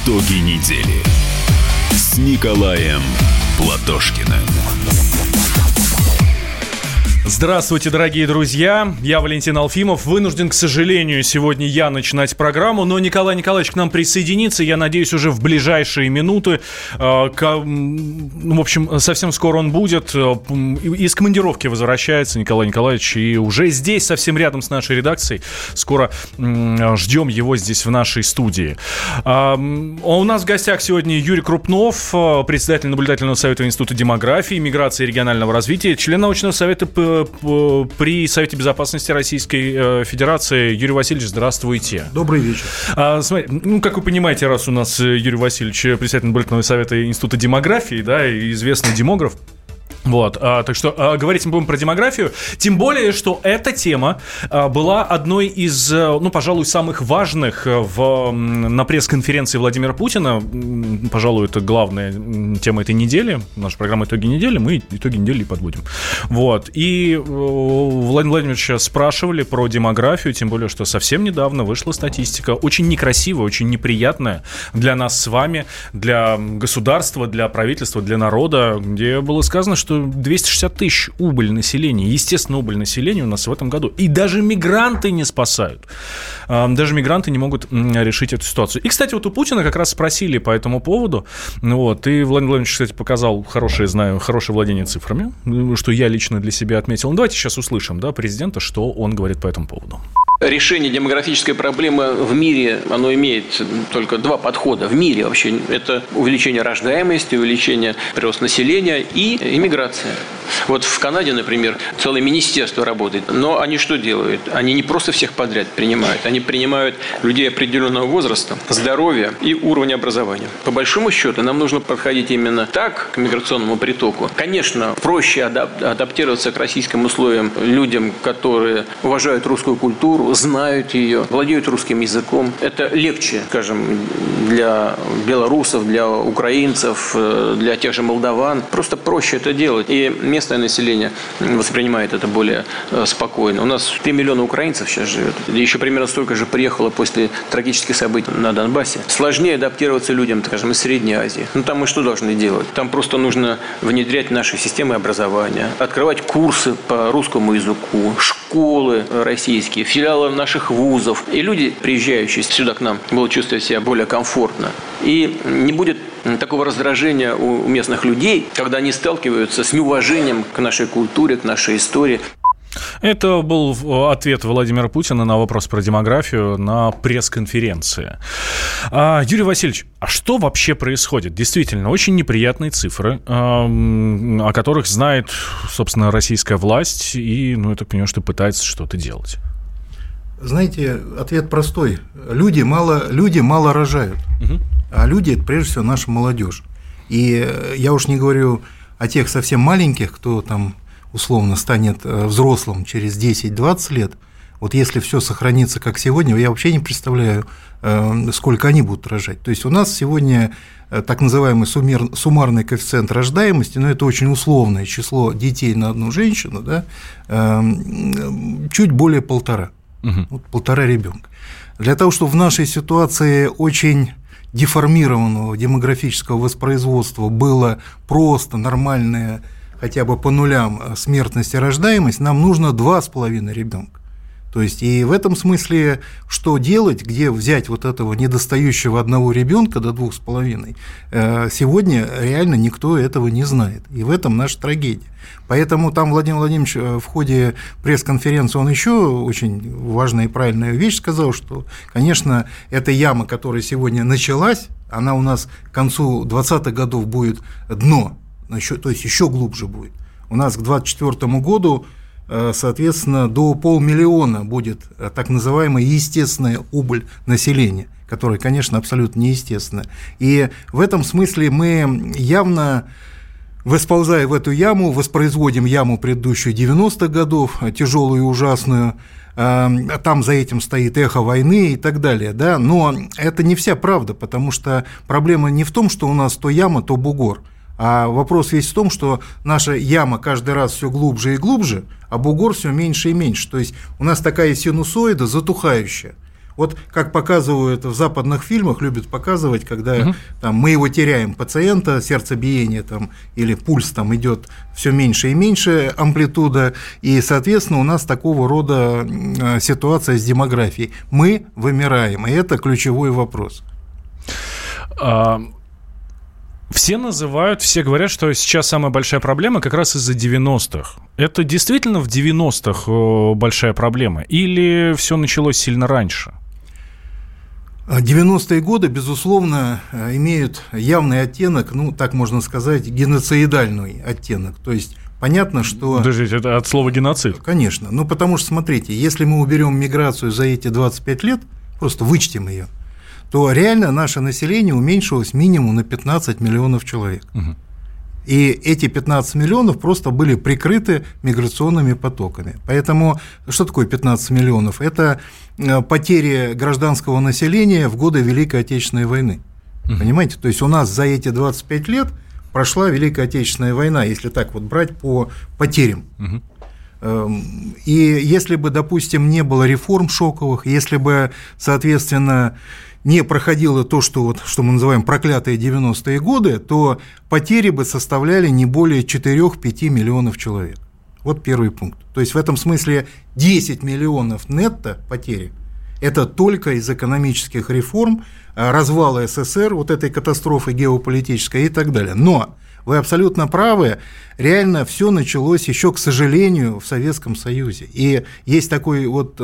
Итоги недели с Николаем Платошкиным. Здравствуйте, дорогие друзья, я Валентин Алфимов. Вынужден, к сожалению, сегодня я начинать программу, но Николай Николаевич к нам присоединится, я надеюсь, уже в ближайшие минуты. В общем, совсем скоро он будет. Из командировки возвращается Николай Николаевич, и уже здесь, совсем рядом с нашей редакцией. Скоро ждем его здесь, в нашей студии. У нас в гостях сегодня Юрий Крупнов, председатель наблюдательного совета Института демографии, миграции и регионального развития, член научного совета при Совете Безопасности Российской Федерации. Юрий Васильевич, здравствуйте. Добрый вечер. Как вы понимаете, раз у нас Юрий Васильевич председатель наблюдательного совета Института демографии, да, известный демограф, вот, так что говорить мы будем про демографию, тем более, что эта тема была одной из, пожалуй, самых важных на пресс-конференции Владимира Путина. Пожалуй, это главная тема этой недели. Наша программа «Итоги недели», мы итоги недели и подводим. Вот, и Владимир Владимировича спрашивали про демографию, тем более, что совсем недавно вышла статистика, очень некрасивая, очень неприятная для нас с вами, для государства, для правительства, для народа, где было сказано, что 260 тысяч убыль населения, естественно, убыль населения у нас в этом году. И даже мигранты не спасают. Даже мигранты не могут решить эту ситуацию. И, кстати, вот у Путина как раз спросили по этому поводу. Вот, и Владимир Владимирович, кстати, показал хорошее владение цифрами, что я лично для себя отметил. Ну, давайте сейчас услышим, да, президента, что он говорит по этому поводу. Решение демографической проблемы в мире, оно имеет только два подхода. В мире вообще это увеличение рождаемости, увеличение прироста населения и иммиграция. Вот в Канаде, например, целое министерство работает. Но они что делают? Они не просто всех подряд принимают. Они принимают людей определенного возраста, здоровья и уровня образования. По большому счету, нам нужно подходить именно так к миграционному притоку. Конечно, проще адаптироваться к российским условиям людям, которые уважают русскую культуру, знают ее, владеют русским языком. Это легче, скажем, для белорусов, для украинцев, для тех же молдаван. Просто проще это делать. И местное население воспринимает это более спокойно. У нас 3 миллиона украинцев сейчас живет. Еще примерно столько же приехало после трагических событий на Донбассе. Сложнее адаптироваться людям, скажем, из Средней Азии. Там мы что должны делать? Там просто нужно внедрять наши системы образования, открывать курсы по русскому языку, школы российские, филиалы наших вузов. И люди, приезжающие сюда к нам, будут чувствовать себя более комфортно. И не будет такого раздражения у местных людей, когда они сталкиваются с неуважением к нашей культуре, к нашей истории. Это был ответ Владимира Путина на вопрос про демографию на пресс-конференции. Юрий Васильевич, а что вообще происходит? Действительно, очень неприятные цифры, о которых знает, собственно, российская власть, и, я так понимаю, что пытается что-то делать. Знаете, ответ простой. Люди мало рожают, а люди – это прежде всего наша молодежь. И я уж не говорю о тех совсем маленьких, кто там условно станет взрослым через 10-20 лет. Вот если все сохранится как сегодня, я вообще не представляю, сколько они будут рожать. То есть у нас сегодня так называемый суммарный коэффициент рождаемости, но это очень условное число детей на одну женщину, да, чуть более 1,5. Вот 1,5 ребенка. Для того, чтобы в нашей ситуации очень деформированного демографического воспроизводства было просто нормальное, хотя бы по нулям, смертность и рождаемость, нам нужно 2,5 ребенка. То есть, и в этом смысле, что делать, где взять вот этого недостающего одного ребенка до 2,5, сегодня реально никто этого не знает. И в этом наша трагедия. Поэтому там Владимир Владимирович в ходе пресс-конференции, он еще очень важную и правильную вещь сказал, что, конечно, эта яма, которая сегодня началась, она у нас к концу 2020-х годов будет дно, то есть еще глубже будет. У нас к 2024 году, соответственно, до 500 000 будет так называемая естественная убыль населения, которая, конечно, абсолютно неестественная. И в этом смысле мы явно, восползая в эту яму, воспроизводим яму предыдущих 90-х годов, тяжелую и ужасную, там за этим стоит эхо войны и так далее, да? Но это не вся правда, потому что проблема не в том, что у нас то яма, то бугор. А вопрос весь в том, что наша яма каждый раз все глубже и глубже, а бугор все меньше и меньше. То есть у нас такая синусоида затухающая. Вот как показывают в западных фильмах, любят показывать, когда там, мы его теряем, пациента, сердцебиение там, или пульс там, идет все меньше и меньше амплитуда, и, соответственно, у нас такого рода ситуация с демографией. Мы вымираем, и это ключевой вопрос. Все говорят, что сейчас самая большая проблема как раз из-за 90-х. Это действительно в 90-х большая проблема? Или все началось сильно раньше? 90-е годы, безусловно, имеют явный оттенок, ну, так можно сказать, геноцидальный оттенок. То есть понятно, что... Подождите, это от слова геноцид? Конечно. Ну, потому что, смотрите, если мы уберем миграцию за эти 25 лет, просто вычтем ее, то реально наше население уменьшилось минимум на 15 миллионов человек. И эти 15 миллионов просто были прикрыты миграционными потоками. Поэтому что такое 15 миллионов? Это потери гражданского населения в годы Великой Отечественной войны. Понимаете? То есть у нас за эти 25 лет прошла Великая Отечественная война, если так вот брать по потерям. И если бы, допустим, не было реформ шоковых, если бы, соответственно, не проходило то, что мы называем проклятые 90-е годы, то потери бы составляли не более 4-5 миллионов человек. Вот первый пункт. То есть в этом смысле 10 миллионов нетто потери – это только из экономических реформ, развала СССР, вот этой катастрофы геополитической и так далее. Но вы абсолютно правы, реально все началось еще, к сожалению, в Советском Союзе. И есть такой год,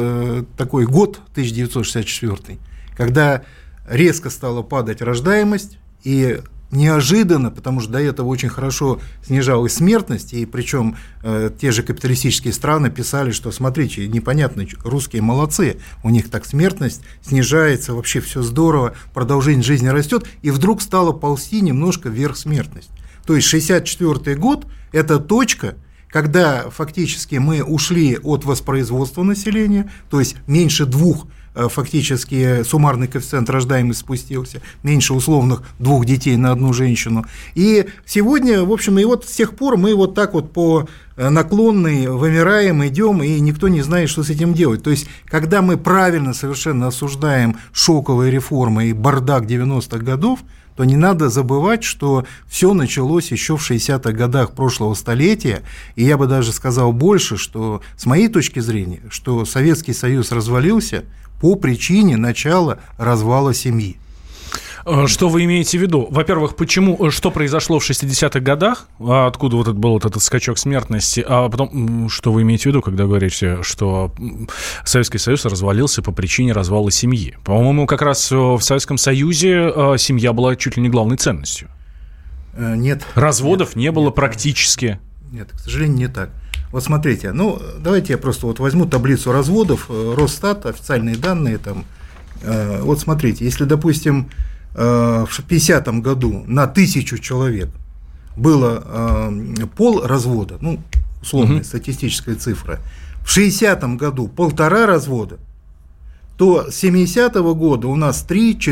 1964, когда резко стала падать рождаемость, и неожиданно, потому что до этого очень хорошо снижалась смертность, и причем те же капиталистические страны писали, что, смотрите, непонятно, русские молодцы, у них так смертность снижается, вообще все здорово, продолжение жизни растет, и вдруг стала ползти немножко вверх смертность. То есть 1964 год – это точка, когда фактически мы ушли от воспроизводства населения, то есть меньше 2 фактически суммарный коэффициент рождаемости спустился, меньше условных 2 детей на одну женщину. И сегодня, в общем, и вот с тех пор мы вот так вот по наклонной вымираем, идем, и никто не знает, что с этим делать. То есть, когда мы правильно совершенно осуждаем шоковые реформы и бардак 90-х годов, то не надо забывать, что все началось еще в 60-х годах прошлого столетия, и я бы даже сказал больше, что с моей точки зрения, что Советский Союз развалился по причине начала развала семьи. Что вы имеете в виду? Во-первых, что произошло в 60-х годах, откуда вот был этот скачок смертности, а потом, что вы имеете в виду, когда говорите, что Советский Союз развалился по причине развала семьи? По-моему, как раз в Советском Союзе семья была чуть ли не главной ценностью. Нет. Разводов не было практически. Нет, к сожалению, не так. Вот смотрите, давайте я просто возьму таблицу разводов, Росстат, официальные данные там. Вот смотрите, если, допустим, в 50-м году на 1000 человек было полразвода, условная статистическая цифра, в 60-м году 1,5 развода, то с 70-го года у нас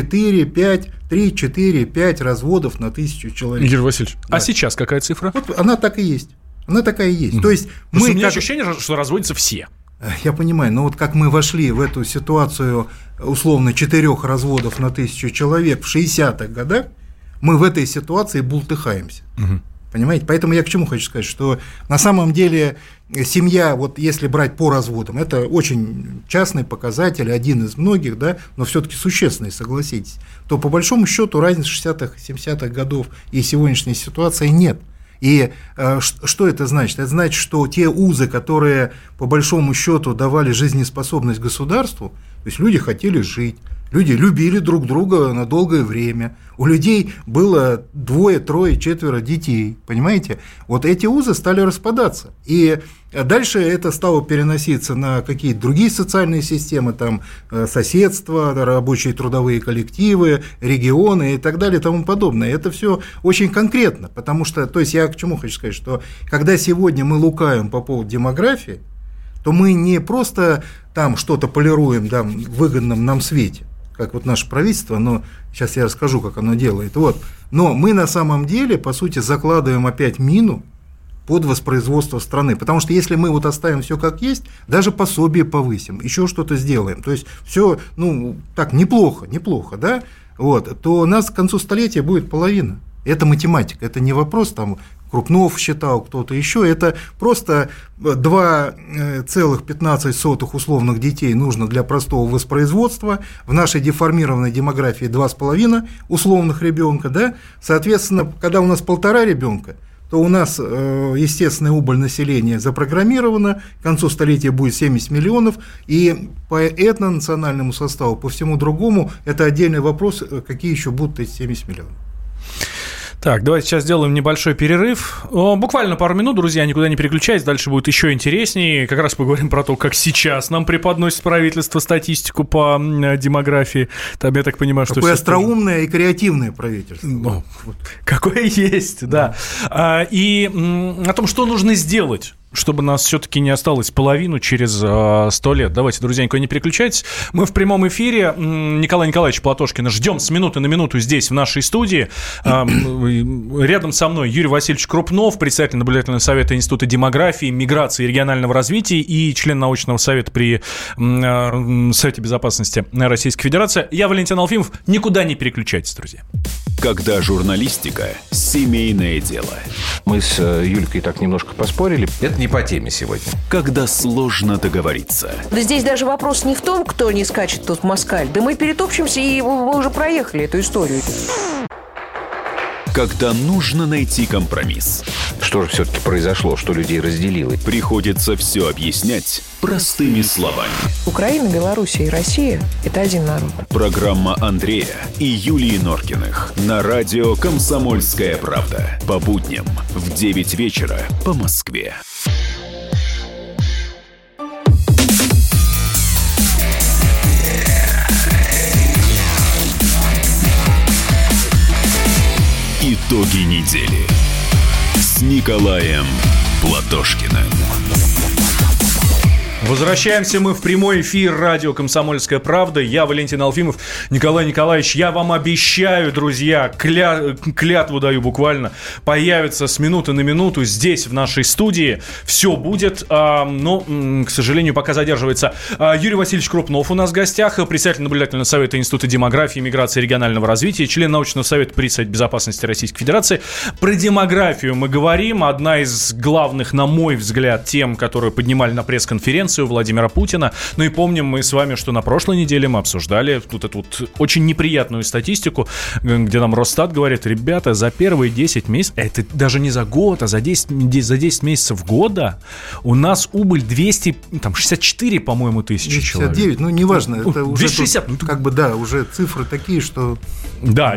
3-4-5 разводов на 1000 человек. Юрий Васильевич, да. А сейчас какая цифра? Вот она так и есть. Она такая и есть. То есть у меня ощущение, что разводятся все. Я понимаю, но вот как мы вошли в эту ситуацию условно 4 разводов на 1000 человек в 60-х годах, мы в этой ситуации бултыхаемся. Понимаете? Поэтому я к чему хочу сказать, что на самом деле семья, вот если брать по разводам, это очень частный показатель, один из многих, да, но все-таки существенный, согласитесь, то по большому счету разницы 60-х, 70-х годов и сегодняшней ситуации нет. И что это значит? Это значит, что те узы, которые по большому счету давали жизнеспособность государству, то есть люди хотели жить, люди любили друг друга на долгое время, у людей было 2, 3, 4 детей, понимаете? Вот эти узы стали распадаться, и дальше это стало переноситься на какие-то другие социальные системы, там соседство, рабочие трудовые коллективы, регионы и так далее и тому подобное. Это все очень конкретно, потому что, то есть я к чему хочу сказать, что когда сегодня мы лукаем по поводу демографии, то мы не просто там что-то полируем в выгодном нам свете, как вот наше правительство, но сейчас я расскажу, как оно делает. Вот. Но мы на самом деле, по сути, закладываем опять мину под воспроизводство страны. Потому что если мы вот оставим все как есть, даже пособие повысим, еще что-то сделаем, то есть все, так, неплохо, да, вот, то у нас к концу столетия будет половина. Это математика, это не вопрос, там, Крупнов считал, кто-то еще, это просто 2,15 условных детей нужно для простого воспроизводства, в нашей деформированной демографии 2,5 условных ребенка, да, соответственно, когда у нас 1,5 ребенка, то у нас естественная убыль населения запрограммирована, к концу столетия будет 70 миллионов, и по этнонациональному составу, по всему другому, это отдельный вопрос, какие еще будут эти 70 миллионов. Так, давайте сейчас сделаем небольшой перерыв. Буквально пару минут, друзья, никуда не переключайтесь, дальше будет еще интереснее. Как раз поговорим про то, как сейчас нам преподносит правительство статистику по демографии. Там, я так понимаю, что... Какое остроумное и креативное правительство. Какое есть, да. И о том, что нужно сделать, чтобы нас все-таки не осталось половину через 100 лет. Давайте, друзья, никуда не переключайтесь. Мы в прямом эфире. Николая Николаевича Платошкина ждем с минуты на минуту здесь, в нашей студии. Рядом со мной Юрий Васильевич Крупнов, председатель наблюдательного совета Института демографии, миграции и регионального развития и член научного совета при Совете безопасности Российской Федерации. Я Валентин Алфимов. Никуда не переключайтесь, друзья. Когда журналистика – семейное дело. Мы с Юлькой так немножко поспорили. Это не по теме сегодня. Когда сложно договориться. Да здесь даже вопрос не в том, кто не скачет тут в москаль. Да мы перетопчемся, и мы уже проехали эту историю. Когда нужно найти компромисс. Что же все-таки произошло, что людей разделило? Приходится все объяснять простыми словами. Украина, Белоруссия и Россия – это один народ. Программа Андрея и Юлии Норкиных на радио «Комсомольская правда». По будням в 9 вечера по Москве. Итоги недели с Николаем Платошкиным. Возвращаемся мы в прямой эфир радио «Комсомольская правда». Я Валентин Алфимов. Николай Николаевич, я вам обещаю, друзья, клятву даю буквально, появится с минуты на минуту здесь, в нашей студии. Все будет, но, к сожалению, пока задерживается. Юрий Васильевич Крупнов у нас в гостях, председатель наблюдательного совета Института демографии, миграции и регионального развития, член научного совета при Совете безопасности Российской Федерации. Про демографию мы говорим. Одна из главных, на мой взгляд, тем, которую поднимали на пресс-конференции Владимира Путина. Ну и помним мы с вами, что на прошлой неделе мы обсуждали вот эту вот очень неприятную статистику, где нам Росстат говорит: ребята, за первые 10 месяцев, это даже не за год, а за 10 месяцев года у нас убыль 264, по-моему, тысячи человек. 269, ну неважно, это уже 260, тут, как бы, да, уже цифры такие, что... Да,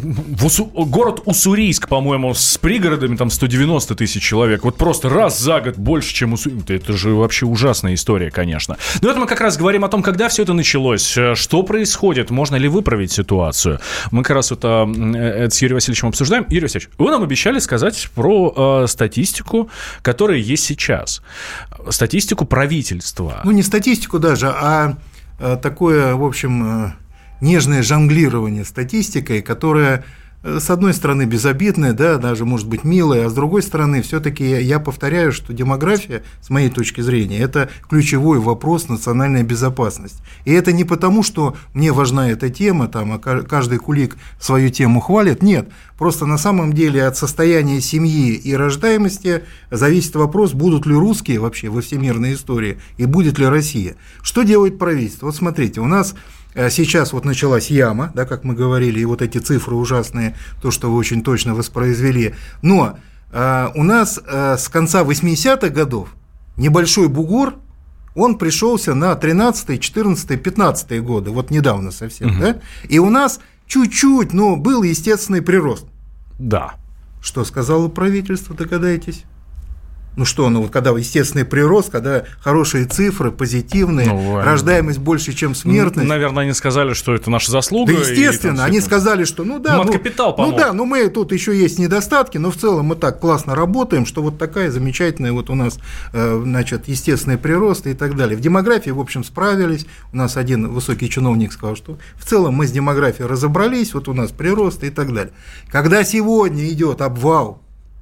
город Уссурийск, по-моему, с пригородами там 190 тысяч человек, вот просто раз за год больше, чем Уссурийск. Это же вообще ужасная история, конечно. Но это мы как раз говорим о том, когда все это началось, что происходит, можно ли выправить ситуацию. Мы как раз это с Юрием Васильевичем обсуждаем. Юрий Васильевич, вы нам обещали сказать про статистику, которая есть сейчас. Статистику правительства. Ну, не статистику даже, а такое, в общем, нежное жонглирование статистикой, которая, с одной стороны, безобидная, да, даже, может быть, милая, а с другой стороны, все-таки я повторяю, что демография, с моей точки зрения, это ключевой вопрос национальной безопасности. И это не потому, что мне важна эта тема, там, а каждый кулик свою тему хвалит, нет, просто на самом деле от состояния семьи и рождаемости зависит вопрос, будут ли русские вообще во всемирной истории и будет ли Россия. Что делает правительство? Вот смотрите, у нас... Сейчас вот началась яма, да, как мы говорили, и вот эти цифры ужасные, то, что вы очень точно воспроизвели. Но у нас с конца 80-х годов небольшой бугор, он пришелся на 13-й, 14-й, 15-е годы, вот недавно совсем, да, и у нас чуть-чуть, но был естественный прирост. Да. Что сказало правительство, догадаетесь? Ну что, ну вот когда естественный прирост, когда хорошие цифры, позитивные, рождаемость больше, чем смертность. Наверное, они сказали, что это наша заслуга. Да, естественно, они сказали, что ну да, капитал помог. Ну да, но мы тут еще есть недостатки, но в целом мы так классно работаем, что вот такая замечательная вот у нас, значит, естественный прирост и так далее. В демографии, в общем, справились. У нас один высокий чиновник сказал, что в целом мы с демографией разобрались, вот у нас прирост и так далее. Когда сегодня идет обвал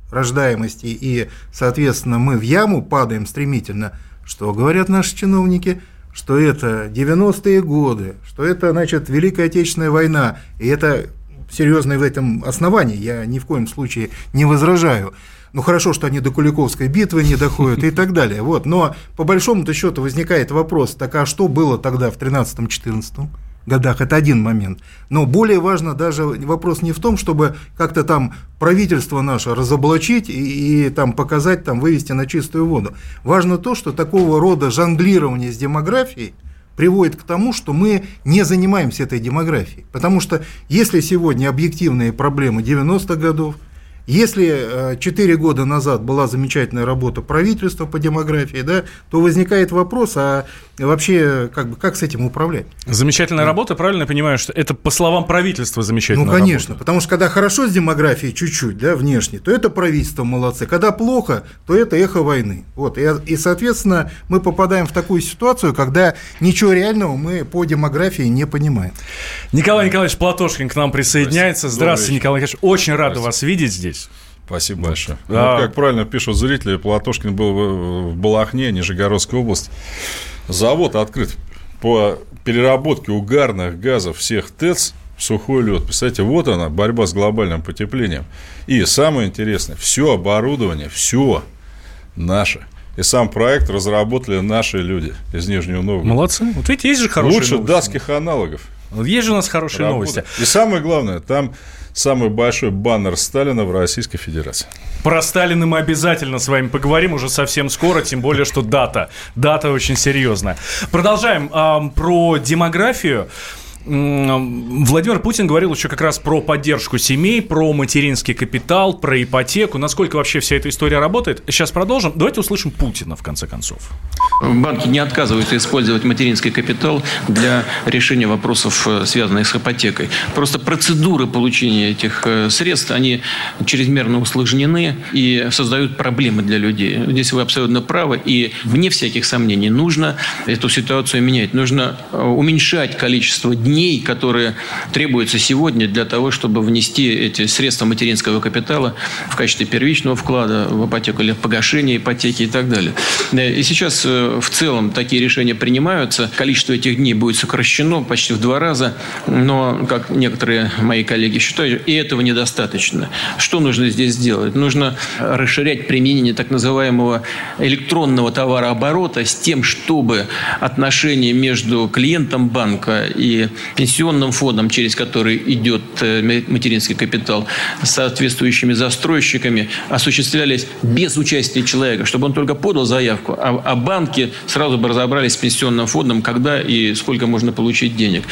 рождаемости и, соответственно, мы в яму падаем стремительно, что говорят наши чиновники, что это 90-е годы, что это, значит, Великая Отечественная война, и это серьезное в этом основании, я ни в коем случае не возражаю. Ну, хорошо, что они до Куликовской битвы не доходят и так далее. Вот. Но по большому-то счету возникает вопрос, так а что было тогда в 13-14 годах? Это один момент. Но более важно даже вопрос не в том, чтобы как-то там правительство наше разоблачить и там показать, там вывести на чистую воду. Важно то, что такого рода жонглирование с демографией приводит к тому, что мы не занимаемся этой демографией. Потому что если сегодня объективные проблемы 90-х годов, если 4 года назад была замечательная работа правительства по демографии, да, то возникает вопрос, а вообще как с этим управлять? Замечательная работа, правильно я понимаю, что это по словам правительства замечательная работа? Ну, конечно, работа. Потому что когда хорошо с демографией чуть-чуть, да, внешне, то это правительство молодцы, когда плохо, то это эхо войны. Вот, и, соответственно, мы попадаем в такую ситуацию, когда ничего реального мы по демографии не понимаем. Николай Николаевич Платошкин к нам присоединяется. Здравствуйте, Николай Николаевич. Очень рады вас видеть здесь. Спасибо большое. Да. Ну, как правильно пишут зрители, Платошкин был в Балахне, Нижегородской области. Завод открыт по переработке угарных газов всех ТЭЦ в сухой лед. Представляете, вот она, борьба с глобальным потеплением. И самое интересное, все оборудование, все наше. И сам проект разработали наши люди из Нижнего Новгорода. Молодцы. Вот видите, есть же хорошие новости. Лучше датских аналогов. Вот есть же у нас хорошие новости. И самое главное, там самый большой баннер Сталина в Российской Федерации. Про Сталина мы обязательно с вами поговорим уже совсем скоро, тем более, что дата очень серьезная. Продолжаем про демографию. Владимир Путин говорил еще как раз про поддержку семей, про материнский капитал, про ипотеку. Насколько вообще вся эта история работает? Сейчас продолжим. Давайте услышим Путина, в конце концов. Банки не отказываются использовать материнский капитал для решения вопросов, связанных с ипотекой. Просто процедуры получения этих средств, они чрезмерно усложнены и создают проблемы для людей. Здесь вы абсолютно правы. И вне всяких сомнений нужно эту ситуацию менять. Нужно уменьшать количество дней, которые требуются сегодня для того, чтобы внести эти средства материнского капитала в качестве первичного вклада в ипотеку или в погашение ипотеки и так далее. И сейчас в целом такие решения принимаются. Количество этих дней будет сокращено почти в 2 раза, но, как некоторые мои коллеги считают, и этого недостаточно. Что нужно здесь сделать? Нужно расширять применение так называемого электронного товарооборота с тем, чтобы отношения между клиентом банка и пенсионным фондом, через который идет материнский капитал, с соответствующими застройщиками, осуществлялись без участия человека, чтобы он только подал заявку, а банки сразу бы разобрались с пенсионным фондом, когда и сколько можно получить денег.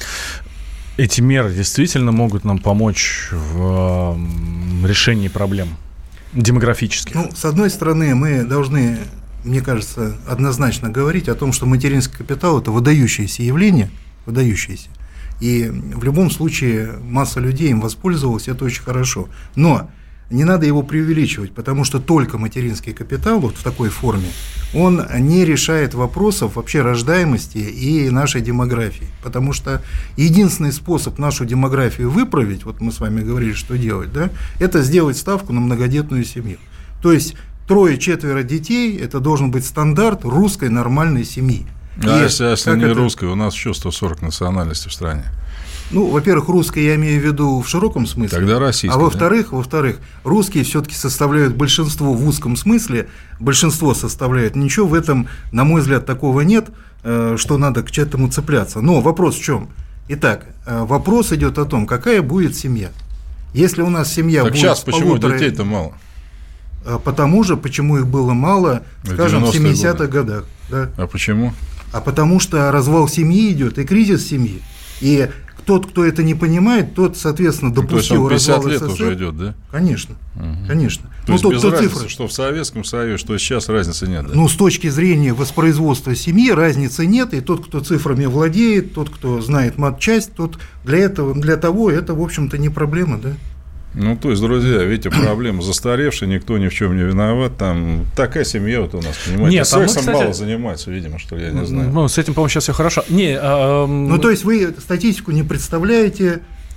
Эти меры действительно могут нам помочь в решении проблем демографических? Ну, с одной стороны, мы должны, мне кажется, однозначно говорить о том, что материнский капитал – это выдающееся явление, выдающиеся. И в любом случае масса людей им воспользовалась, это очень хорошо. Но не надо его преувеличивать, потому что только материнский капитал вот в такой форме, он не решает вопросов вообще рождаемости и нашей демографии. Потому что единственный способ нашу демографию выправить, вот мы с вами говорили, что делать, да, это сделать ставку на многодетную семью. То есть 3-4 детей – это должен быть стандарт русской нормальной семьи. А если не русская, у нас еще 140 национальностей в стране. Ну, во-первых, русские я имею в виду в широком смысле. Тогда российские. А во-вторых, русские все-таки составляют большинство в узком смысле, большинство составляют. Ничего в этом, на мой взгляд, такого нет, что надо к этому цепляться. Но вопрос в чем? Итак, вопрос идет о том, какая будет семья. Если у нас семья так будет сейчас почему детей-то мало? Потому же, почему их было мало, скажем, в 70-х годах. Да? А почему? А потому что развал семьи идет и кризис семьи. И тот, кто это не понимает, тот, соответственно, допустил развал СССР. 50 лет уже идет, да? Конечно, конечно. То есть без разницы, что в Советском Союзе, что сейчас, разницы нет, да? Ну, с точки зрения воспроизводства семьи разницы нет, и тот, кто цифрами владеет, тот, кто знает матчасть, тот для того это, в общем-то, не проблема, да? Ну, то есть, друзья, видите, проблема застаревшая, никто ни в чем не виноват. Там такая семья вот у нас, понимаете. Нет, сексом кстати, мало занимается, видимо, что ли, я не знаю. Ну, с этим, по-моему, сейчас все хорошо. Ну, то есть, вы статистику не представляете,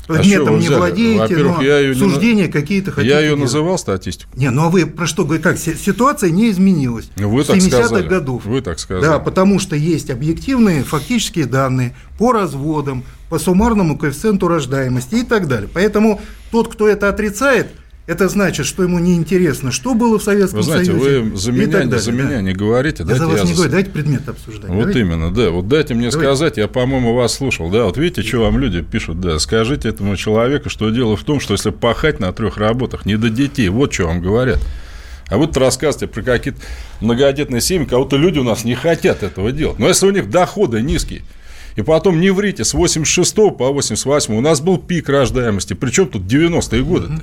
предметом не владеете, но суждения какие-то хотите Я ее делать. Называл статистику? Не, ну а вы про что говорите? Как? Ситуация не изменилась Вы с так 70-х сказали. годов. Вы так сказали. Да, потому что есть объективные фактические данные по разводам, по суммарному коэффициенту рождаемости и так далее. Поэтому тот, кто это отрицает, это значит, что ему неинтересно, что было в Советском Союзе. Вы знаете, вы за меня не говорите. Я за вас не говорю, давайте предмет обсуждать. Вот давайте. Именно, да. Вот дайте мне сказать, я, по-моему, вас слушал. Да, вот видите, что вам люди пишут. Да, скажите этому человеку, что дело в том, что если пахать на 3 работах, не до детей. Вот что вам говорят. А вы тут рассказываете про какие-то многодетные семьи, кого-то люди у нас не хотят этого делать. Но если у них доходы низкие, и потом не врите, с 86 по 88 у нас был пик рождаемости. Причем тут 90-е годы-то?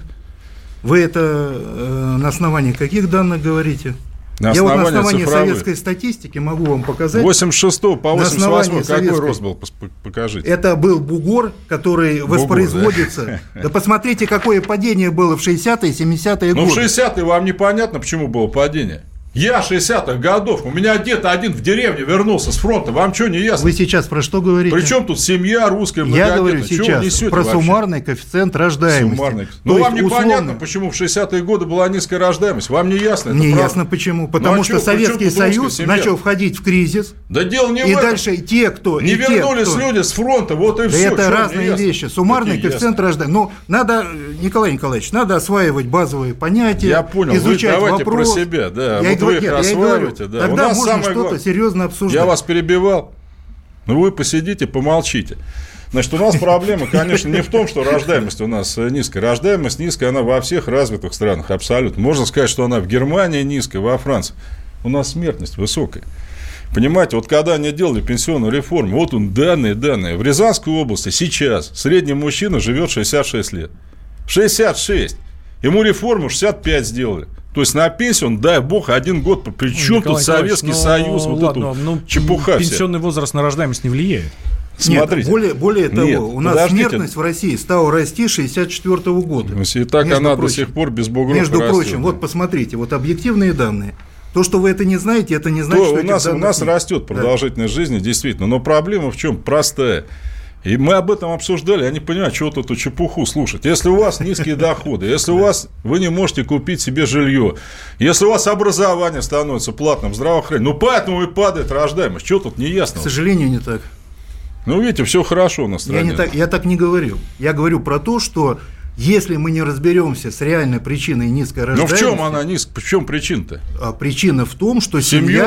Вы это на основании каких данных говорите? На основании советской статистики могу вам показать. 86 по 88 какой рост был? Покажите. Это был бугор, который воспроизводится. Да посмотрите, какое падение было в 60-е, 70-е годы. Ну, в 60-е вам непонятно, почему было падение. Я 60-х годов, у меня дед один в деревне вернулся с фронта, вам что, не ясно? Вы сейчас про что говорите? Причем тут семья русская многодетная? Я говорю сейчас про суммарный коэффициент рождаемости. Ну, вам непонятно, почему в 60-е годы была низкая рождаемость, вам не ясно? Не ясно почему, потому что Советский Союз начал входить в кризис. Да дело не в этом. И дальше те, кто... Не вернулись люди с фронта, вот и все. Это разные вещи. Суммарный коэффициент рождаемости. Ну, надо, Николай Николаевич, надо осваивать базовые понятия, я понял, изучать давайте вопрос. про себя, да. Вы их осваиваете, да. Тогда можно что-то серьезно обсуждать. Я вас перебивал, но вы посидите, помолчите. Значит, у нас проблема, конечно, не в том, что рождаемость у нас низкая. Рождаемость низкая, она во всех развитых странах, абсолютно. Можно сказать, что она в Германии низкая, во Франции. У нас смертность высокая. Понимаете, вот когда они делали пенсионную реформу, вот он данные. В Рязанской области сейчас средний мужчина живет 66 лет. 66. Ему реформу 65 сделали. То есть на пенсию он, дай бог, 1 год. Причем тут Советский Союз, вот ладно, эту чепуха. Пенсионный возраст на рождаемость не влияет. Смотрите. Нет, более того, у нас смертность в России стала расти с 1964 года. И так она до сих пор без бугров Между растет. прочим, вот посмотрите, вот объективные данные. То, что вы это не знаете, это не значит, что у нас растет продолжительность жизни, действительно. Но проблема в чем? Простая. И мы об этом обсуждали, я не понимаю, чего тут эту чепуху слушать. Если у вас низкие доходы, если вы не можете купить себе жилье, если у вас образование становится платным, здравоохранение, поэтому и падает рождаемость. Чего тут неясно? К сожалению, не так. Ну, видите, все хорошо на стране. Я так не говорю. Я говорю про то, что если мы не разберемся с реальной причиной низкой рождаемости... Но в чем она низкая? В чем причина-то? Причина в том, что семья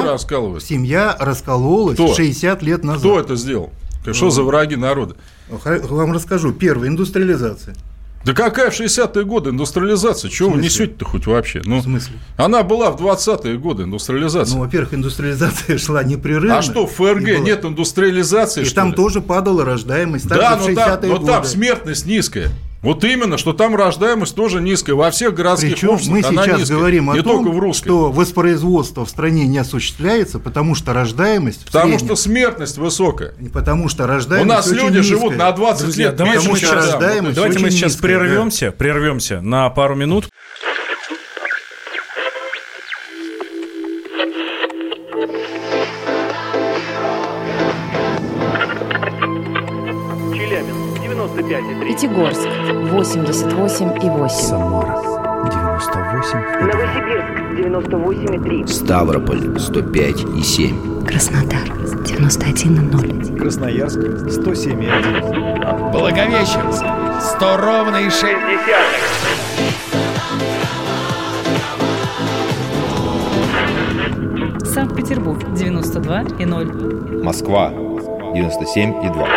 раскололась 60 лет назад. Кто это сделал? Что за враги народа? Вам расскажу. Первое, индустриализация. Да какая в 60-е годы индустриализация? Чего вы несете-то хоть вообще? В смысле? Она была в 20-е годы, индустриализация. Во-первых, индустриализация шла непрерывно. А что, в ФРГ нет индустриализации, и там тоже падала рождаемость. Да, но там смертность низкая. Вот именно, что там рождаемость тоже низкая. Во всех городских обществах мы сейчас низкая, говорим о том, что воспроизводство в стране не осуществляется, потому что рождаемость... Потому что смертность высокая. Потому что рождаемость у нас люди живут на 20 лет. Давайте мы сейчас прервемся на пару минут. Пятигорск 88,8. Самара 98,2. Новосибирск 98,3. Ставрополь 105,7. Краснодар 91,0. Красноярск 107,1. Благовещенск 100,6. Санкт-Петербург 92,0. Москва 97,2.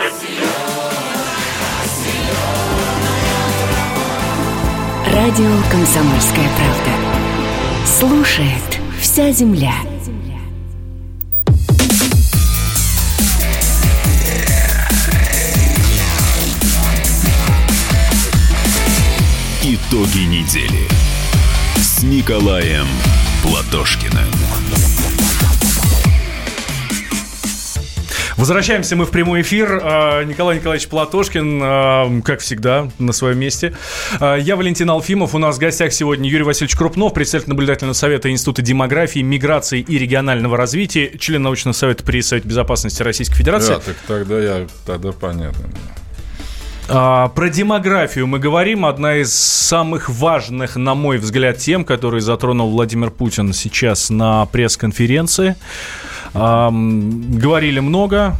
Радио «Комсомольская правда». Слушает вся земля. Итоги недели с Николаем Платошкиным. Возвращаемся мы в прямой эфир. Николай Николаевич Платошкин, как всегда, на своем месте. Я Валентин Алфимов. У нас в гостях сегодня Юрий Васильевич Крупнов, председатель наблюдательного совета Института демографии, миграции и регионального развития, член научного совета при Совете безопасности Российской Федерации. Да, так тогда понятно. Про демографию мы говорим. Одна из самых важных, на мой взгляд, тем, которые затронул Владимир Путин сейчас на пресс-конференции. Говорили много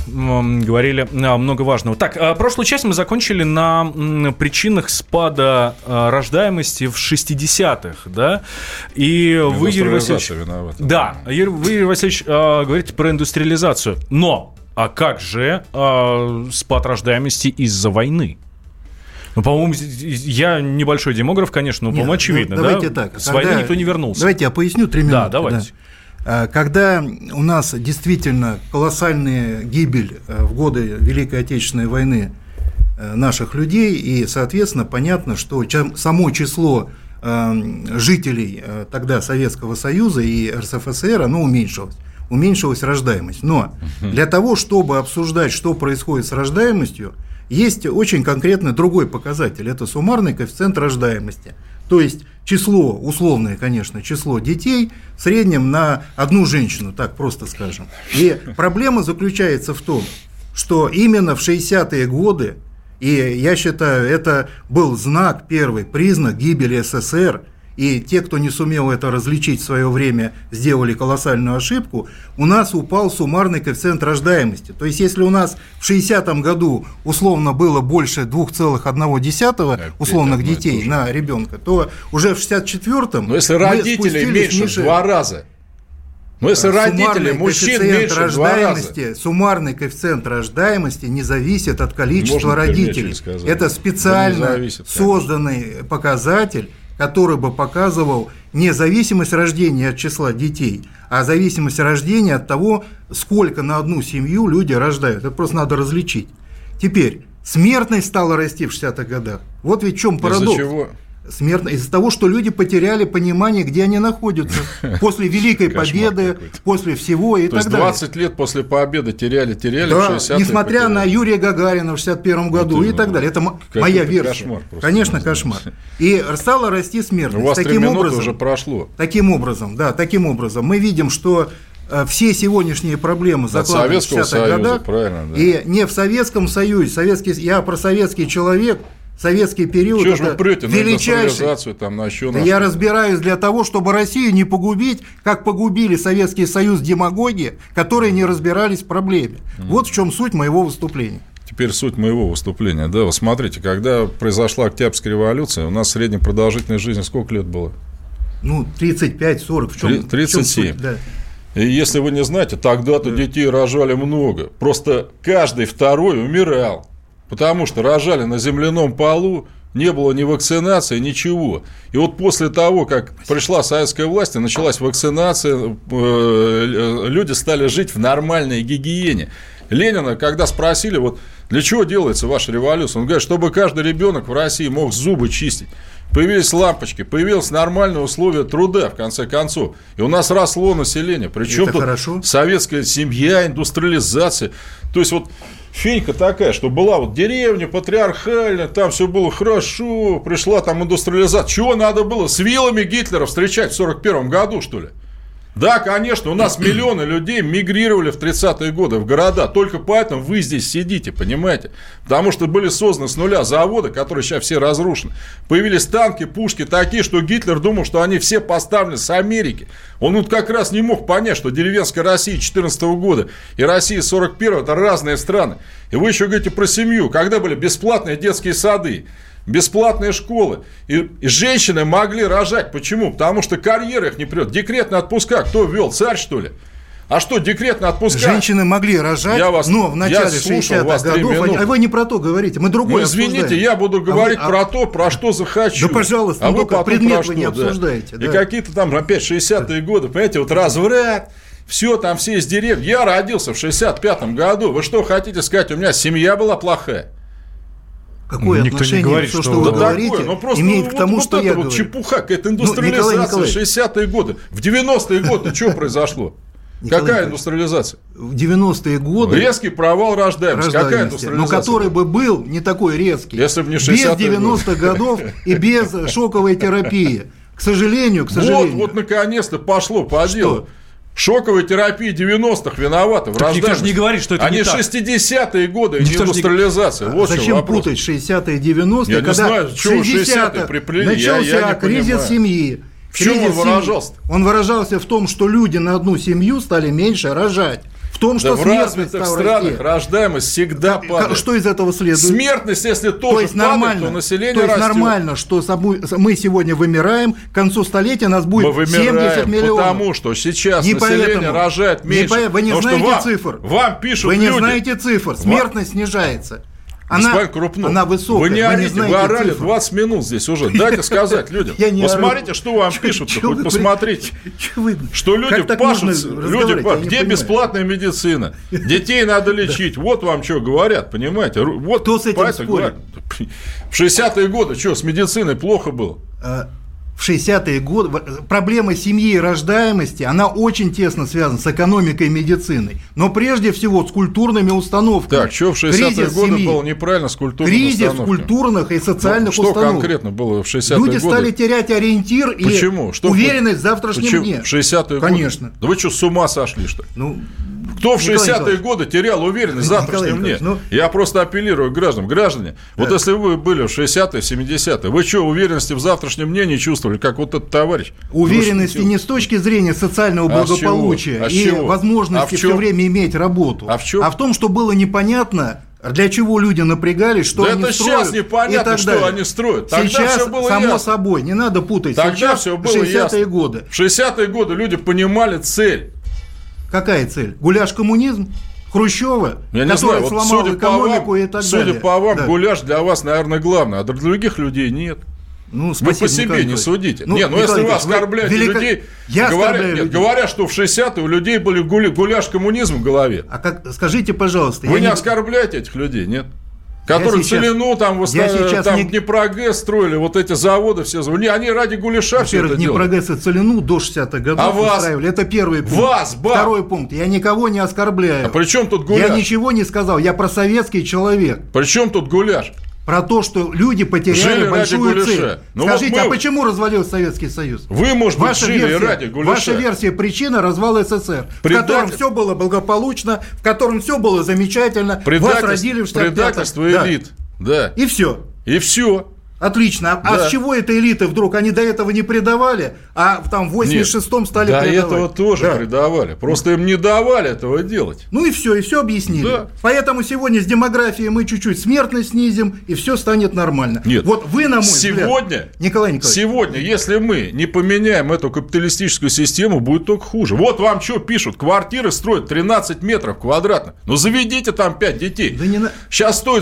важного. Так, прошлую часть мы закончили на причинах спада рождаемости в 60-х, да? И вы, Юрий Васильевич... Да, вы, Юрий Васильевич, говорите про индустриализацию. Но, а как же спад рождаемости из-за войны? Ну, по-моему, я небольшой демограф, конечно, но, по-моему, очевидно, давайте да? Так, с войны никто не вернулся. Давайте я поясню 3 минуты. Да, давайте. Когда у нас действительно колоссальная гибель в годы Великой Отечественной войны наших людей, и, соответственно, понятно, что само число жителей тогда Советского Союза и РСФСР, оно уменьшилась рождаемость. Но для того, чтобы обсуждать, что происходит с рождаемостью, есть очень конкретный другой показатель – это суммарный коэффициент рождаемости. То есть число, условное, конечно, число детей в среднем на одну женщину, так просто скажем. И проблема заключается в том, что именно в 60-е годы, и я считаю, это был знак, первый признак гибели СССР, и те, кто не сумел это различить в свое время, сделали колоссальную ошибку, у нас упал суммарный коэффициент рождаемости. То есть, если у нас в 60-м году условно было больше 2,1 условных детей на ребенка, то уже в 64-м... Но если родители меньше в 2 раза... Но если родители мужчин меньше в 2 раза... Суммарный коэффициент рождаемости не зависит от количества родителей. Это специально созданный показатель, который бы показывал не зависимость рождения от числа детей, а зависимость рождения от того, сколько на одну семью люди рождают. Это просто надо различить. Теперь, смертность стала расти в 60-х годах. Вот ведь в чем парадокс. Из-за чего? Из-за того, что люди потеряли понимание, где они находятся. После Великой Победы, после всего и так далее. То есть 20 лет после Победы теряли в 60-е. Несмотря на Юрия Гагарина в 61 году и так далее. Это моя версия. Кошмар. Конечно, кошмар. И стала расти смертность. У вас 3 минуты уже прошло. Таким образом, мы видим, что все сегодняшние проблемы закладываются в 60-х годах. И не в Советском Союзе. Я про советский человек. Советский период – это величайший. Я разбираюсь для того, чтобы Россию не погубить, как погубили Советский Союз демагоги, которые не разбирались в проблеме. Вот в чем суть моего выступления. Теперь суть моего выступления. Да, вы смотрите, когда произошла Октябрьская революция, у нас средняя продолжительность жизни сколько лет было? 35-40. В чем 37. Да. И если вы не знаете, тогда-то детей рожали много. Просто каждый второй умирал. Потому что рожали на земляном полу, не было ни вакцинации, ничего. И вот после того, как пришла советская власть и началась вакцинация, люди стали жить в нормальной гигиене. Ленина, когда спросили, вот для чего делается ваша революция, он говорит, чтобы каждый ребенок в России мог зубы чистить. Появились лампочки, появилось нормальное условие труда, в конце концов. И у нас росло население. Причем тут хорошо. Советская семья, индустриализация. То есть, вот фенька такая, что была вот деревня патриархальная, там все было хорошо, пришла там индустриализация. Чего надо было? С вилами Гитлера встречать в 1941 году, что ли? Да, конечно, у нас миллионы людей мигрировали в 30-е годы в города. Только поэтому вы здесь сидите, понимаете? Потому что были созданы с нуля заводы, которые сейчас все разрушены. Появились танки, пушки такие, что Гитлер думал, что они все поставлены с Америки. Он вот как раз не мог понять, что деревенская Россия 14 года и Россия 41 это разные страны. И вы еще говорите про семью. Когда были бесплатные детские сады, бесплатные школы. И женщины могли рожать. Почему? Потому что карьера их не прет. Декретные отпуска кто ввел? Царь, что ли? А что, декретные отпуска? Женщины могли рожать, но в начале 60-х годов... А вы не про то говорите, мы другое обсуждаем. Извините, я буду говорить про то, про что захочу. Да, пожалуйста, а вы потом предмет вы не обсуждаете. Да. И какие-то там опять 60-е годы, понимаете, вот разврат, все там все из деревни. Я родился в 65-м году. Вы что хотите сказать, у меня семья была плохая? Какое отношение не говорит, все, что вы говорите, имеет к тому, что я говорю? Чепуха, какая-то индустриализация, 60-е годы. В 90-е годы что произошло? Какая индустриализация? В 90-е годы... Резкий провал рождаемости. Какая индустриализация? Но который бы был не такой резкий. Если бы не 60-е без 90-х годов и без шоковой терапии. К сожалению. Вот наконец-то пошло по делу. Шоковая терапия 90-х виновата в рождаемости. Никто же не говорит, что это Они не так. 60-е годы, индустриализация. Вот зачем путать 60-е и 90-е, я когда не знаю, в 60-е приплели, начался кризис семьи. В чем он выражался? Он выражался в том, что люди на одну семью стали меньше рожать. В том, что в развитых странах рождаемость всегда падает. Что из этого следует? Смертность, если тоже падает, то население растет. Нормально, что мы сегодня вымираем, к концу столетия нас будет 70 миллионов. Потому что сейчас население рожает меньше. Вы не знаете цифр. Вам пишут Вы люди. не знаете цифр. Смертность снижается. Господин Крупнов, она высокая. Вы не орите, вы орали 20 минут здесь уже. Дайте сказать людям. Посмотрите, что вам пишут, хоть посмотрите. Что люди пашут, где бесплатная медицина? Детей надо лечить. Вот вам что говорят, понимаете? Вот кто с этим спорит? В 60-е годы что, с медициной плохо было? В 60-е годы проблема семьи и рождаемости, она очень тесно связана с экономикой и медициной, но прежде всего с культурными установками. Так, что в 60-е годы было неправильно с культурными установками? Кризис культурных и социальных установок. Что конкретно было в 60-е годы? Люди стали терять ориентир и уверенность в завтрашнем дне. В 60-е годы? Конечно. Да вы что, с ума сошли, что ли? Кто в 60-е годы терял уверенность в завтрашнем дне? Я просто апеллирую к гражданам. Граждане, вот если вы были в 60-е, 70-е, вы что, уверенности в завтрашнем дне не чувствовали, как вот этот товарищ? Уверенности не с точки зрения социального благополучия и возможности все время иметь работу, а в том, что было непонятно, для чего люди напрягались, что они строят. Да это сейчас непонятно, что они строят. Тогда сейчас, все было само ясно. собой, не надо путать. Тогда сейчас все было 60-е ясно. годы. В 60-е годы люди понимали цель. Какая цель? Гуляш-коммунизм? Хрущева, я не знаю, вот сломал экономику и так далее. Судя по вам, гуляш для вас, наверное, главное, а для других людей нет. Вы по себе не судите. Если вы оскорбляете людей, говоря, что в 60-е у людей были гуляш-коммунизм в голове. Скажите, пожалуйста. Вы не оскорбляете этих людей, нет? Которые Целину, там Днепрогэс строили, вот эти заводы все. Они ради гуляша все это делали. Днепрогэс и Целину до 60-х годов устраивали. Это первый пункт. Второй пункт. Я никого не оскорбляю. А при чем тут гуляш? Я ничего не сказал. Я проsoветский человек. При чем тут гуляш? Про то, что люди потеряли большую цель. Скажите, а почему развалился Советский Союз? Вы, может быть, жили ради гуляша. Ваша версия причины развала СССР, в котором все было благополучно, в котором все было замечательно. Вас родили в 65-м. Предательство элит. Да. И все. И все. Отлично. А с чего эта элита вдруг? Они до этого не предавали, а там в 86-м стали предавать. До этого тоже предавали. Просто им не давали этого делать. И все объяснили. Да. Поэтому сегодня с демографией мы чуть-чуть смертность снизим, и все станет нормально. Нет. Вот вы, на мой взгляд, Николай Николаевич. Сегодня, если мы не поменяем эту капиталистическую систему, будет только хуже. Вот вам что пишут. Квартиры строят 13 метров квадратных. Заведите там 5 детей. Да не сейчас стоит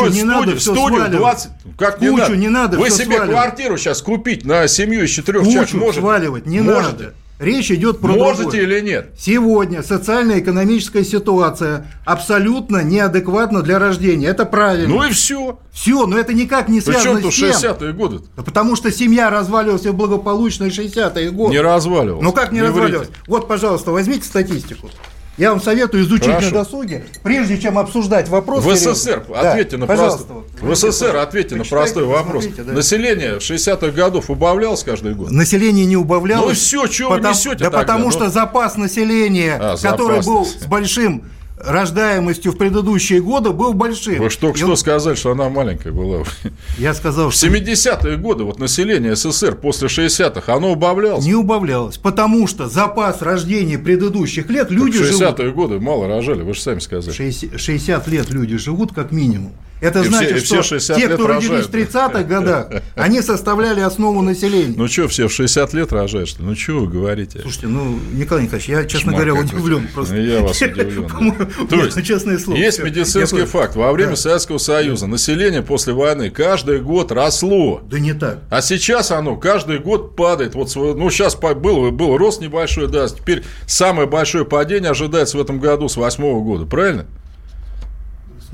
студию 20. Как не надо? Не надо вы себе квартиру сейчас купить на семью из 4 человек можете? Сваливать не надо. Речь идет про другое. Можете или нет? Сегодня социально-экономическая ситуация абсолютно неадекватна для рождения. Это правильно. И все. Все, но это никак не связано с тем. 60-е годы? Да потому что семья разваливалась в благополучные 60-е годы. Не разваливалась. Как не разваливалась? Вот, пожалуйста, возьмите статистику. Я вам советую изучить на досуге, прежде чем обсуждать вопрос. В СССР ответьте на простой вопрос. Население в 60-х годов убавлялось каждый год? Население не убавлялось. Все, чего вы несете тогда? Потому что запас населения, который был с большим рождаемостью в предыдущие годы, был большим. Вы только что сказали, что она маленькая была. Я сказал, что... В 70-е годы население СССР после 60-х, оно убавлялось? Не убавлялось, потому что запас рождения предыдущих лет люди живут... В 60-е годы мало рожали, вы же сами сказали. 60 лет люди живут как минимум. Это значит, что те, кто родились в 30-х годах, они составляли основу населения. Что, все в 60 лет рожают, что ли? Что вы говорите? Слушайте, Николай Николаевич, я, честно говоря, удивлен. Просто. Я вас удивлен. То есть, честное слово. Есть медицинский факт. Во время Советского Союза население после войны каждый год росло. Да не так. А сейчас оно каждый год падает. Сейчас был рост небольшой, да. Теперь самое большое падение ожидается в этом году с 2008 года. Правильно?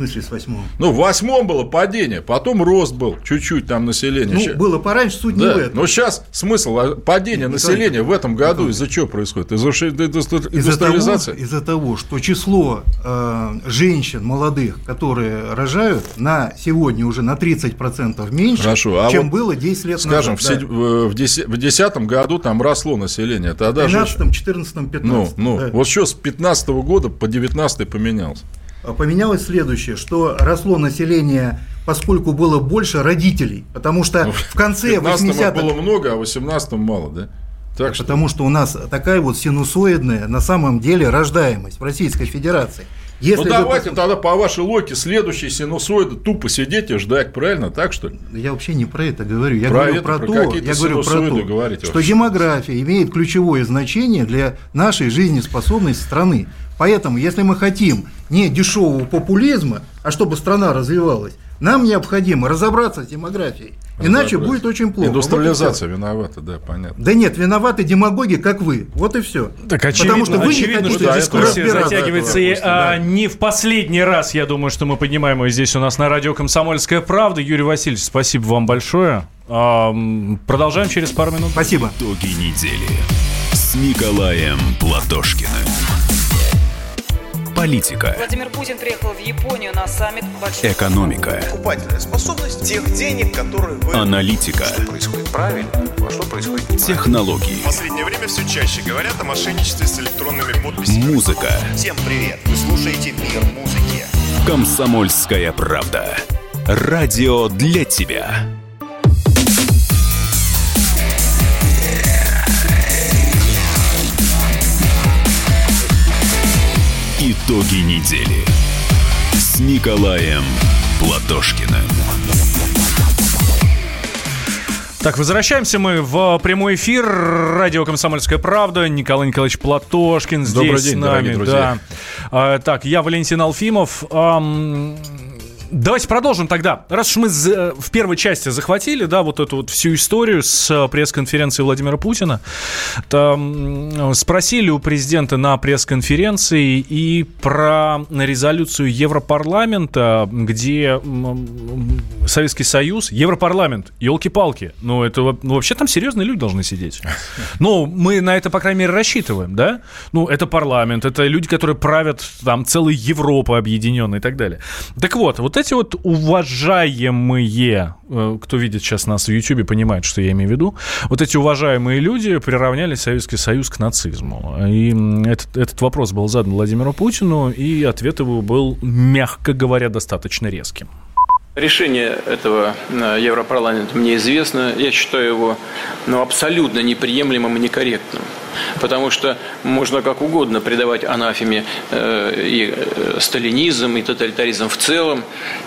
смысле, с 8-го? Ну, в 8-м было падение, потом рост был, чуть-чуть там население. Ну, было пораньше, суть не в этом. Но сейчас смысл падения населения в этом году из-за чего происходит? Из-за индустриализации? Из-за того, что число женщин молодых, которые рожают, на сегодня уже на 30% меньше, чем было 10 лет назад. Скажем, в 2010 году там росло население. Тогда в 13-м, 14-м, 15-м. Да. Вот что с 2015 года по 2019 поменялось? Поменялось следующее, что росло население, поскольку было больше родителей, потому что в конце 80-х... было много, а в 18-м мало, да? Так потому что у нас такая вот синусоидная на самом деле рождаемость в Российской Федерации. Если давайте тогда по вашей логике следующий синусоиды тупо сидеть и ждать, правильно, так что ли? Я вообще не про это говорю. Я говорю про то, говорите, что демография имеет ключевое значение для нашей жизнеспособности страны. Поэтому, если мы хотим не дешевого популизма, а чтобы страна развивалась, нам необходимо разобраться с демографией. Иначе будет очень плохо. Индустриализация виновата, да, понятно. Да нет, виноваты демагоги, как вы. Вот и все. Так очевидно, что дискуссия затягивается. Не в последний раз, я думаю, что мы поднимаем ее здесь у нас на радио «Комсомольская правда». Юрий Васильевич, спасибо вам большое. Продолжаем через пару минут. Спасибо. Итоги недели с Николаем Платошкиным. Политика. Владимир Путин приехал в Японию на саммит большой. Экономика. Покупательная способность тех денег, которые вы... Аналитика. Что происходит правильно, а что происходит неправильно. Технологии. В последнее время все чаще говорят о мошенничестве с электронными подписями. Музыка. Всем привет! Вы слушаете «Мир музыки». «Комсомольская правда». Радио для тебя. Итоги недели с Николаем Платошкиным. Так, возвращаемся мы в прямой эфир. Радио «Комсомольская правда». Николай Николаевич Платошкин здесь Добрый день, с нами. дорогие друзья. Да. Так, я Валентин Алфимов. Давайте продолжим тогда. Раз уж мы в первой части захватили, да, вот эту вот всю историю с пресс-конференции Владимира Путина, то спросили у президента на пресс-конференции и про резолюцию Европарламента, где Советский Союз, Европарламент, елки-палки, вообще там серьезные люди должны сидеть. Мы на это, по крайней мере, рассчитываем, да? Это парламент, это люди, которые правят там целой Европой объединенной и так далее. Так вот эти вот уважаемые, кто видит сейчас нас в Ютьюбе, понимает, что я имею в виду, вот эти уважаемые люди приравняли Советский Союз к нацизму. И этот вопрос был задан Владимиру Путину, и ответ его был, мягко говоря, достаточно резким. Решение этого Европарламента мне известно. Я считаю его абсолютно неприемлемым и некорректным. Потому что можно как угодно придавать анафеме и сталинизм, и тоталитаризм в целом.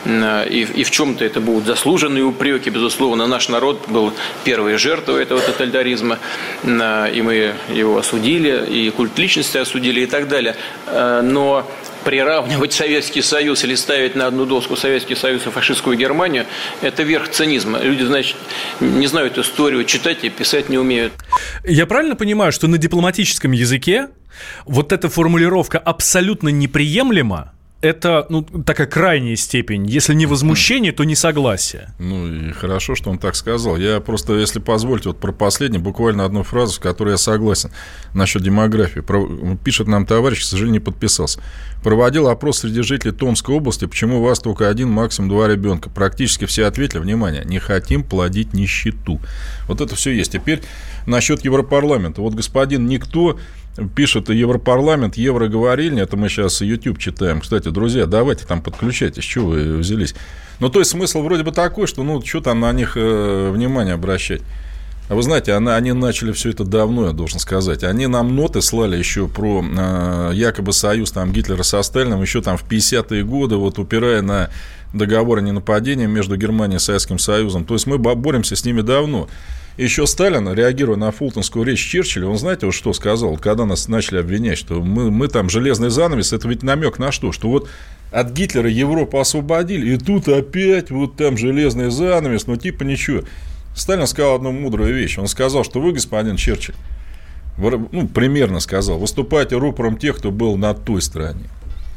И в чем-то это будут заслуженные упреки. Безусловно, наш народ был первой жертвой этого тоталитаризма. И мы его осудили, и культ личности осудили, и так далее. Но приравнивать Советский Союз или ставить на одну доску Советский Союз и фашистскую Германию – это верх цинизма. Люди, значит, не знают историю, читать и писать не умеют. Я правильно понимаю, что на дипломатическом языке вот эта формулировка абсолютно неприемлема? Это такая крайняя степень. Если не возмущение, то несогласие. И хорошо, что он так сказал. Я просто, если позволите, про последнее, буквально одну фразу, с которой я согласен насчет демографии. Пишет нам товарищ, к сожалению, не подписался. Проводил опрос среди жителей Томской области, почему у вас только 1, максимум 2 ребенка. Практически все ответили, внимание, не хотим плодить нищету. Вот это все есть. Теперь насчет Европарламента. Вот господин Никто пишет: Европарламент, евроговорильня. Это мы сейчас YouTube читаем. Кстати, друзья, давайте там подключайтесь. Чего вы взялись? То есть смысл вроде бы такой, что что там на них внимание обращать. А вы знаете, они начали все это давно, я должен сказать. Они нам ноты слали еще про якобы союз Гитлера со Сталиным еще в 50-е годы, упирая на договор о ненападении между Германией и Советским Союзом. То есть мы боремся с ними давно. Еще Сталин, реагируя на фултонскую речь Черчилля, он, знаете, что сказал, когда нас начали обвинять, что мы там железный занавес, это ведь намек на что? Что от Гитлера Европу освободили, и тут опять там железный занавес, ничего. Сталин сказал одну мудрую вещь. Он сказал, что вы, господин Черчилль, примерно сказал, выступайте рупором тех, кто был на той стороне.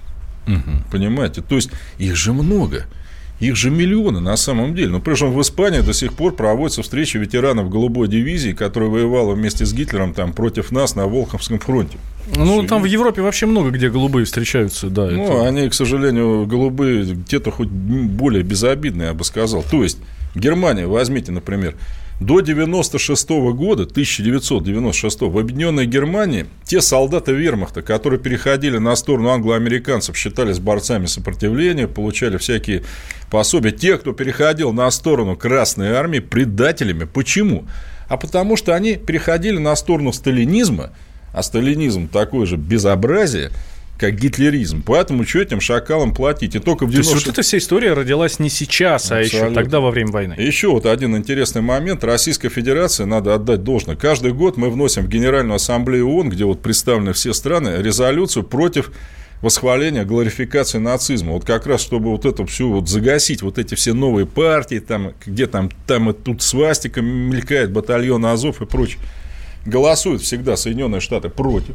Понимаете? То есть, их же много. Их же миллионы на самом деле. Но причем в Испании до сих пор проводятся встречи ветеранов голубой дивизии, которая воевала вместе с Гитлером там, против нас на Волховском фронте. Ну, там в Европе вообще много где голубые встречаются, да. Ну, это... они, к сожалению, голубые, те-то хоть более безобидные, я бы сказал. То есть, Германия, возьмите, например, до 1996 года, 1996, в Объединенной Германии те солдаты вермахта, которые переходили на сторону англо-американцев, считались борцами сопротивления, получали всякие пособия. Те, кто переходил на сторону Красной Армии, предателями. Почему? А потому что они переходили на сторону сталинизма, а сталинизм такое же безобразие, как гитлеризм. Поэтому что этим шакалам платить? И только в 90... То есть, вот эта вся история родилась не сейчас, а еще тогда, во время войны. Еще вот один интересный момент. Российская Федерация, надо отдать должное. Каждый год мы вносим в Генеральную Ассамблею ООН, где вот представлены все страны, резолюцию против восхваления, глорификации нацизма. Вот как раз, чтобы вот это все вот загасить, вот эти все новые партии, там, где там и тут свастика мелькает, батальон Азов и прочее. Голосуют всегда Соединенные Штаты против.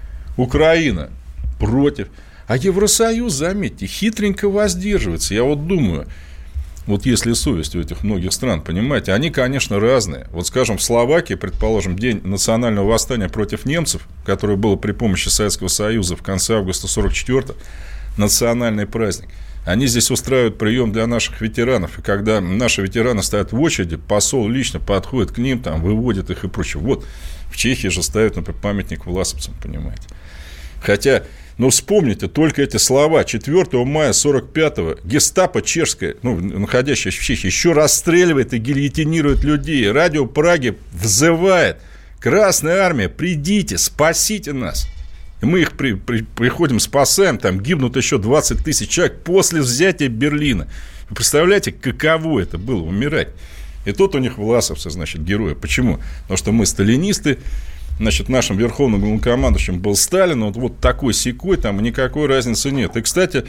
Украина против. А Евросоюз, заметьте, хитренько воздерживается. Я вот думаю, вот если совесть у этих многих стран, понимаете, они, конечно, разные. Вот, скажем, в Словакии, предположим, день национального восстания против немцев, которое было при помощи Советского Союза в конце августа 1944-го, национальный праздник. Они здесь устраивают прием для наших ветеранов. И когда наши ветераны стоят в очереди, посол лично подходит к ним, там, выводит их и прочее. Вот в Чехии же ставят, например, памятник власовцам, понимаете. Хотя, ну, вспомните только эти слова. 4 мая 1945-го гестапо чешское, ну, находящееся в Чехии, еще расстреливает и гильотинирует людей. Радио Праги взывает: Красная Армия, придите, спасите нас. И мы их приходим, спасаем, там гибнут еще 20 тысяч человек после взятия Берлина. Вы представляете, каково это было умирать? И тут у них власовцы, значит, герои. Почему? Потому что мы сталинисты. Значит, нашим верховным главнокомандующим был Сталин, вот такой-сякой, там никакой разницы нет. И, кстати,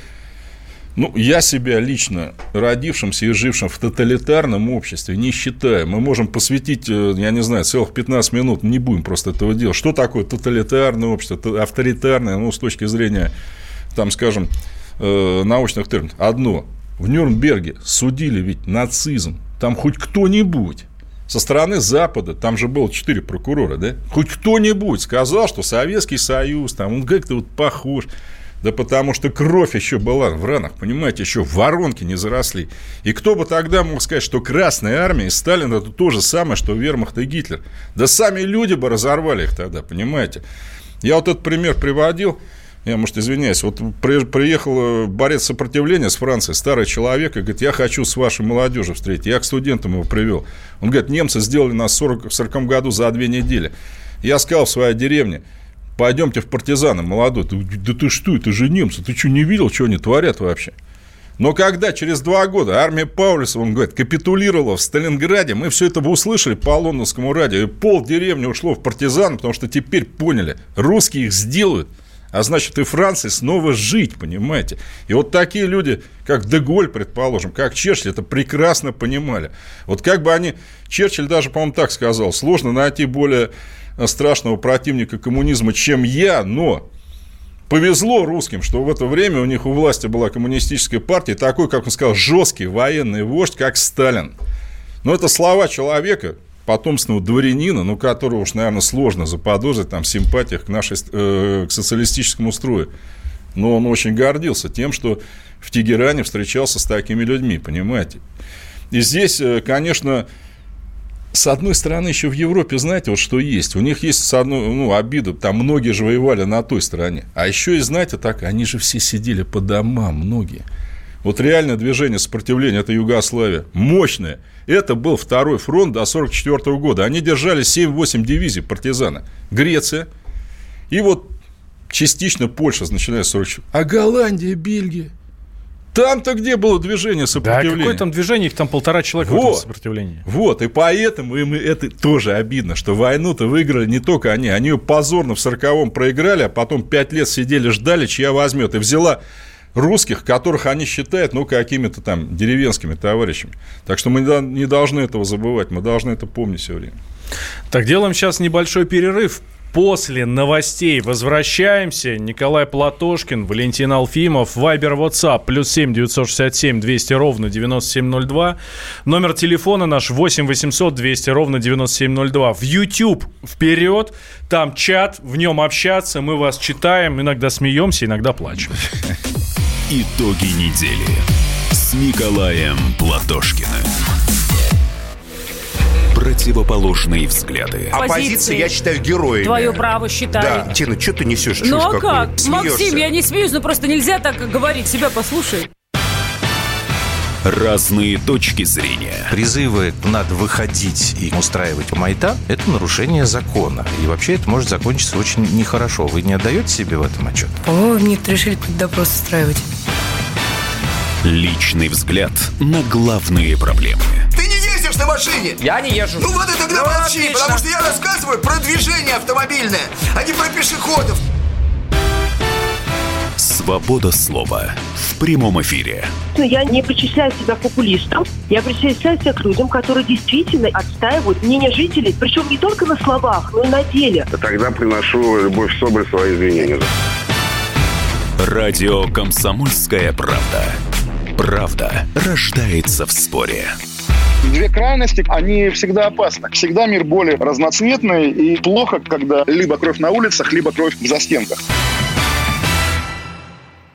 ну, я себя лично родившимся и жившим в тоталитарном обществе не считаю. Мы можем посвятить, я не знаю, целых 15 минут, не будем просто этого делать. Что такое тоталитарное общество, авторитарное, ну, с точки зрения, там, скажем, научных терминов? Одно. В Нюрнберге судили ведь нацизм. Там хоть кто-нибудь со стороны Запада, там же было 4 прокурора, да? Хоть кто-нибудь сказал, что Советский Союз, там, он как-то вот похож. Да потому что кровь еще была в ранах, понимаете, еще воронки не заросли. И кто бы тогда мог сказать, что Красная Армия и Сталин — это то же самое, что Вермахт и Гитлер? Да сами люди бы разорвали их тогда, понимаете? Я вот этот пример приводил. Я, может, извиняюсь, вот приехал борец сопротивления с Франции, старый человек, и говорит: я хочу с вашей молодежью встретить. Я к студентам его привел. Он говорит: немцы сделали нас в 40 году за 2 недели. Я сказал в своей деревне: пойдемте в партизаны, молодой. Да ты что, это же немцы, ты что, не видел, что они творят вообще? Но когда через 2 года армия Паулюса, он говорит, капитулировала в Сталинграде, мы все это бы услышали по лондонскому радио, и пол деревни ушло в партизан, потому что теперь поняли, русские их сделают. А значит, и Франции снова жить, понимаете? И вот такие люди, как Де-Голь, предположим, как Черчилль, это прекрасно понимали. Вот как бы они... Черчилль даже, по-моему, так сказал: сложно найти более страшного противника коммунизма, чем я, но повезло русским, что в это время у них у власти была коммунистическая партия, такой, как он сказал, жесткий военный вождь, как Сталин. Но это слова человека, потомственного дворянина, ну, которого уж, наверное, сложно заподозрить там, в симпатиях к социалистическому строю. Но он очень гордился тем, что в Тегеране встречался с такими людьми, понимаете. И здесь, конечно, с одной стороны, еще в Европе, знаете, вот что есть. У них есть, с одной, ну, обида, там многие же воевали на той стороне. А еще и, знаете, так, они же все сидели по домам, многие. Вот реальное движение сопротивления – это Югославия. Мощное. Это был второй фронт до 1944 года. Они держали 7-8 дивизий партизана. Греция. И вот частично Польша, начиная с 1944. А Голландия, Бельгия. Там-то где было движение сопротивления? Да, какое там движение? Их там 1,5 человека в этом сопротивлении. Вот, и поэтому им это тоже обидно, что войну-то выиграли не только они. Они ее позорно в 1940-м проиграли, а потом 5 лет сидели, ждали, чья возьмет. И взяла русских, которых они считают, ну, какими-то там деревенскими товарищами. Так что мы не должны этого забывать, мы должны это помнить все время. Так, делаем сейчас небольшой перерыв. После новостей возвращаемся. Николай Платошкин, Валентин Алфимов, Вайбер, WhatsApp, +7 967 200 ровно 9702. Номер телефона наш 8 800 200 ровно 9702. В YouTube вперед, там чат, в нем общаться, мы вас читаем, иногда смеемся, иногда плачем. Итоги недели с Николаем Платошкиным. Противоположные взгляды. Оппозиция, я считаю, героями. Твое право считаю. Да, Тина, что ты несешь? Ну а как? Смеешься. Максим, я не смеюсь, но просто нельзя так говорить. Себя послушай. Разные точки зрения. Призывы «надо выходить и устраивать майдан» — это нарушение закона. И вообще это может закончиться очень нехорошо. Вы не отдаете себе в этом отчет? По-моему, нет, решили какой-то допрос устраивать. Личный взгляд на главные проблемы. Ты не ездишь на машине? Я не езжу. Ну вот и тогда молчи, отлично. Потому что я рассказываю про движение автомобильное, а не про пешеходов. Свобода слова в прямом эфире. Я не причисляю себя популистом. Я причисляю себя к людям, которые действительно отстаивают мнение жителей. Причем не только на словах, но и на деле. Тогда приношу Любовь Соболь свои извинения. Радио «Комсомольская правда». Правда рождается в споре. Две крайности, они всегда опасны. Всегда мир более разноцветный, и плохо, когда либо кровь на улицах, либо кровь в застенках.